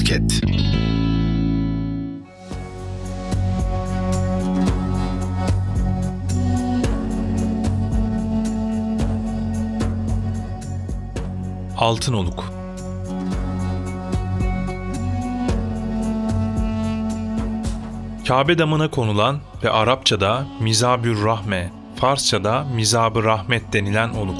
Podcast. Altınoluk. Kabe damına konulan ve Arapçada Mizabür Rahme, Farsçada Mizab-ı Rahmet denilen oluk.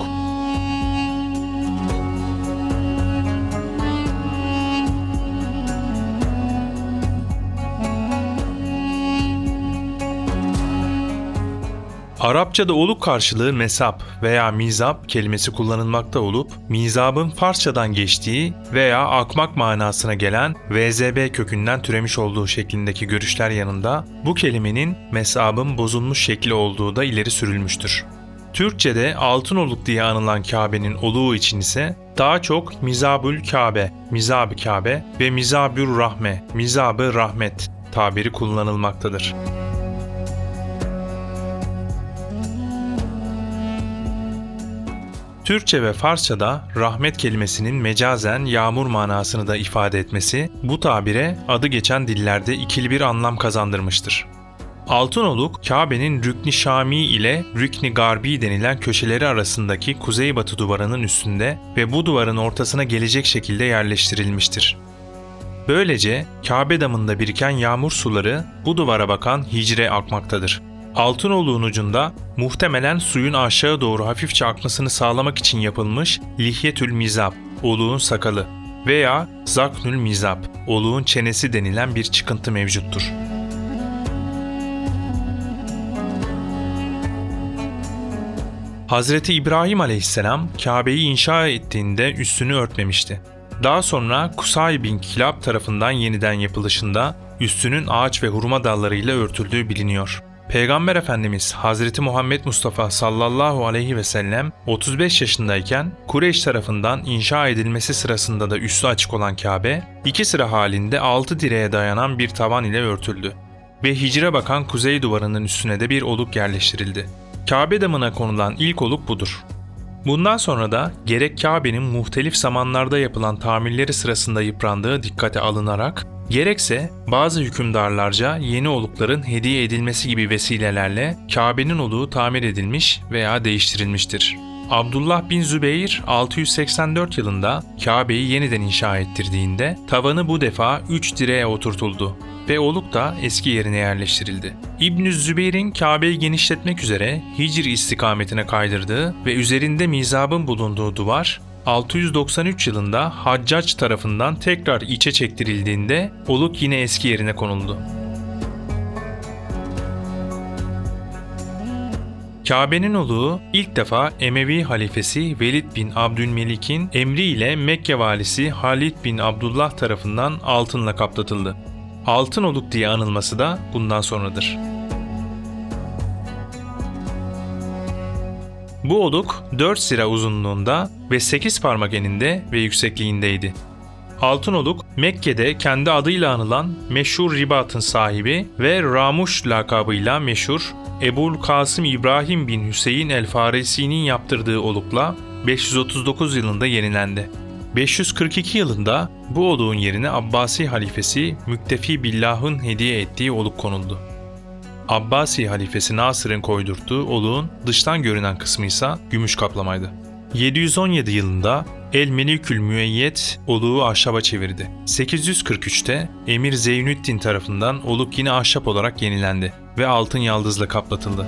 Arapçada oluk karşılığı mesap veya mizap kelimesi kullanılmakta olup, mizabın Farsçadan geçtiği veya akmak manasına gelen VZB kökünden türemiş olduğu şeklindeki görüşler yanında bu kelimenin mesabın bozulmuş şekli olduğu da ileri sürülmüştür. Türkçe'de Altınoluk diye anılan Kabe'nin oluğu için ise daha çok Mizabül Kabe, Mizab-ı Kabe ve Mizabür Rahme, Mizab-ı Rahmet tabiri kullanılmaktadır. Türkçe ve Farsçada rahmet kelimesinin mecazen yağmur manasını da ifade etmesi, bu tabire adı geçen dillerde ikili bir anlam kazandırmıştır. Altınoluk, Kabe'nin Rükn-i Şami ile Rükn-i Garbi denilen köşeleri arasındaki kuzeybatı duvarının üstünde ve bu duvarın ortasına gelecek şekilde yerleştirilmiştir. Böylece Kabe damında biriken yağmur suları bu duvara bakan hicre akmaktadır. Altınoluk'un ucunda muhtemelen suyun aşağı doğru hafifçe akmasını sağlamak için yapılmış Lihyetül Mizab, oluğun sakalı veya Zaknül Mizab, oluğun çenesi denilen bir çıkıntı mevcuttur. Hazreti İbrahim Aleyhisselam Kabe'yi inşa ettiğinde üstünü örtmemişti. Daha sonra Kusay bin Kilab tarafından yeniden yapılışında üstünün ağaç ve hurma dallarıyla örtüldüğü biliniyor. Peygamber Efendimiz Hazreti Muhammed Mustafa sallallahu aleyhi ve sellem 35 yaşındayken Kureyş tarafından inşa edilmesi sırasında da üstü açık olan Kabe, iki sıra halinde 6 direğe dayanan bir tavan ile örtüldü ve hicre bakan kuzey duvarının üstüne de bir oluk yerleştirildi. Kabe damına konulan ilk oluk budur. Bundan sonra da gerek Kabe'nin muhtelif zamanlarda yapılan tamirleri sırasında yıprandığı dikkate alınarak, gerekse bazı hükümdarlarca yeni olukların hediye edilmesi gibi vesilelerle Kabe'nin oluğu tamir edilmiş veya değiştirilmiştir. Abdullah bin Zübeyir 684 yılında Kabe'yi yeniden inşa ettirdiğinde tavanı bu defa 3 direğe oturtuldu ve oluk da eski yerine yerleştirildi. İbn-i Zübeyr'in Kabe'yi genişletmek üzere Hicr istikametine kaydırdığı ve üzerinde mizabın bulunduğu duvar 693 yılında Haccac tarafından tekrar içe çektirildiğinde oluk yine eski yerine konuldu. Kabe'nin oluğu ilk defa Emevi halifesi Velid bin Abdülmelik'in emriyle Mekke valisi Halid bin Abdullah tarafından altınla kaplatıldı. Altınoluk diye anılması da bundan sonradır. Bu oluk 4 sıra uzunluğunda ve 8 parmak eninde ve yüksekliğindeydi. Altınoluk, Mekke'de kendi adıyla anılan meşhur ribatın sahibi ve Ramuş lakabıyla meşhur Ebul Kasım İbrahim bin Hüseyin el-Farisi'nin yaptırdığı olukla 539 yılında yenilendi. 542 yılında bu oluğun yerine Abbasi halifesi Müktefi Billah'ın hediye ettiği oluk konuldu. Abbasi halifesi Nasır'ın koydurttuğu oluğun dıştan görünen kısmı ise gümüş kaplamaydı. 717 yılında El-Melikül Müeyyed oluğu ahşaba çevirdi. 843'te Emir Zeynüddin tarafından oluk yine ahşap olarak yenilendi ve altın yaldızla kaplatıldı.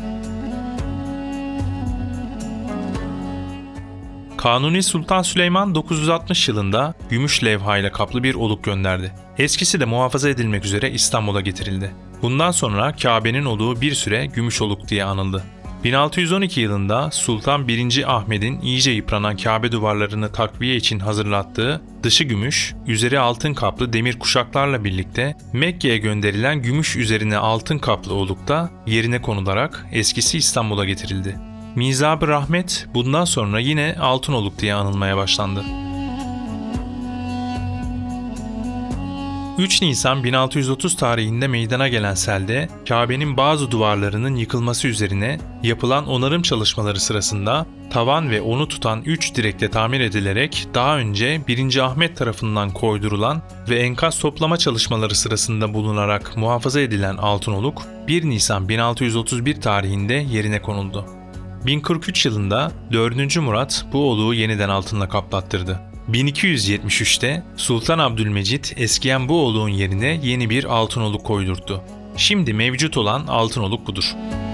Kanuni Sultan Süleyman 960 yılında gümüş levhayla kaplı bir oluk gönderdi. Eskisi de muhafaza edilmek üzere İstanbul'a getirildi. Bundan sonra Kabe'nin oluğu bir süre gümüş oluk diye anıldı. 1612 yılında Sultan 1. Ahmet'in iyice yıpranan Kabe duvarlarını takviye için hazırlattığı dışı gümüş, üzeri altın kaplı demir kuşaklarla birlikte Mekke'ye gönderilen gümüş üzerine altın kaplı oluk da yerine konularak eskisi İstanbul'a getirildi. Mizab-ı Rahmet bundan sonra yine Altınoluk diye anılmaya başlandı. 3 Nisan 1630 tarihinde meydana gelen selde Kabe'nin bazı duvarlarının yıkılması üzerine yapılan onarım çalışmaları sırasında tavan ve onu tutan 3 direkle tamir edilerek daha önce 1. Ahmet tarafından koydurulan ve enkaz toplama çalışmaları sırasında bulunarak muhafaza edilen Altınoluk 1 Nisan 1631 tarihinde yerine konuldu. 1043 yılında 4. Murat bu oluğu yeniden altınla kaplattırdı. 1273'te Sultan Abdülmecit eskiyen bu oluğun yerine yeni bir altınoluk koydurttu. Şimdi mevcut olan altınoluk budur.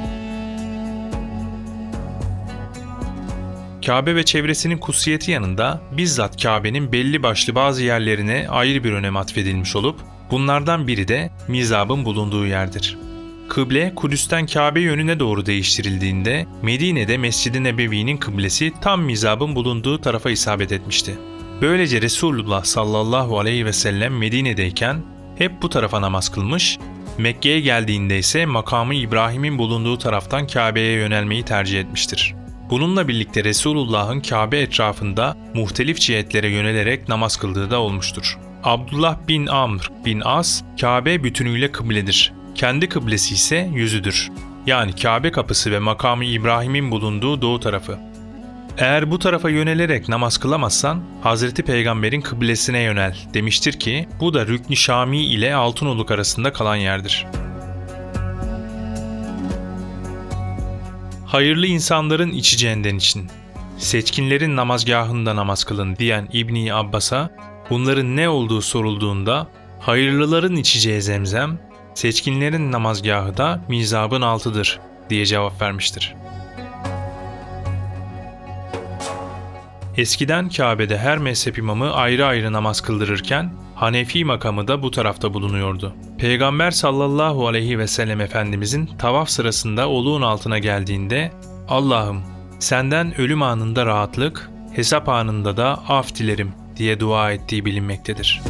Kabe ve çevresinin kutsiyeti yanında bizzat Kabe'nin belli başlı bazı yerlerine ayrı bir önem atfedilmiş olup bunlardan biri de mizabın bulunduğu yerdir. Kıble Kudüs'ten Kabe yönüne doğru değiştirildiğinde Medine'de Mescid-i Nebevi'nin kıblesi tam mizabın bulunduğu tarafa isabet etmişti. Böylece Resulullah sallallahu aleyhi ve sellem Medine'deyken hep bu tarafa namaz kılmış, Mekke'ye geldiğinde ise makamı İbrahim'in bulunduğu taraftan Kabe'ye yönelmeyi tercih etmiştir. Bununla birlikte Resulullah'ın Kabe etrafında muhtelif cihetlere yönelerek namaz kıldığı da olmuştur. Abdullah bin Amr bin As, Kabe bütünüyle kıbledir. Kendi kıblesi ise yüzüdür. Yani Kabe kapısı ve makamı İbrahim'in bulunduğu doğu tarafı. Eğer bu tarafa yönelerek namaz kılamazsan Hazreti Peygamber'in kıblesine yönel demiştir ki bu da Rükn-i Şami ile Altınoluk arasında kalan yerdir. Hayırlı insanların içeceğinden için, seçkinlerin namazgahında namaz kılın diyen İbn-i Abbas'a bunların ne olduğu sorulduğunda hayırlıların içeceği zemzem, seçkinlerin namazgahı da mizabın altıdır diye cevap vermiştir. Eskiden Kabe'de her mezhep imamı ayrı ayrı namaz kıldırırken Hanefi makamı da bu tarafta bulunuyordu. Peygamber sallallahu aleyhi ve sellem Efendimizin tavaf sırasında oluğun altına geldiğinde Allah'ım senden ölüm anında rahatlık, hesap anında da af dilerim diye dua ettiği bilinmektedir.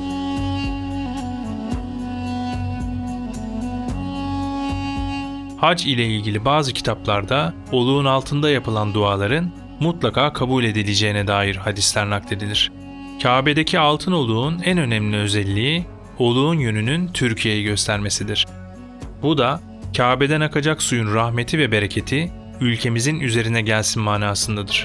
Hac ile ilgili bazı kitaplarda oluğun altında yapılan duaların mutlaka kabul edileceğine dair hadisler nakledilir. Kabe'deki altın oluğun en önemli özelliği oluğun yönünün Türkiye'yi göstermesidir. Bu da Kabe'den akacak suyun rahmeti ve bereketi ülkemizin üzerine gelsin manasındadır.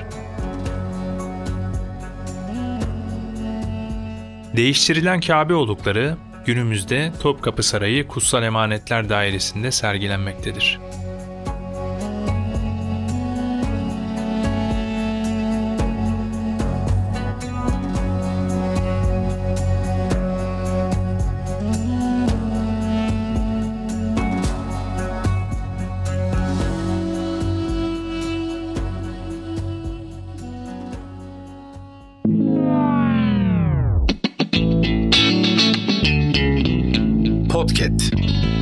Değiştirilen Kabe olukları günümüzde Topkapı Sarayı Kutsal Emanetler Dairesi'nde sergilenmektedir. Podcast.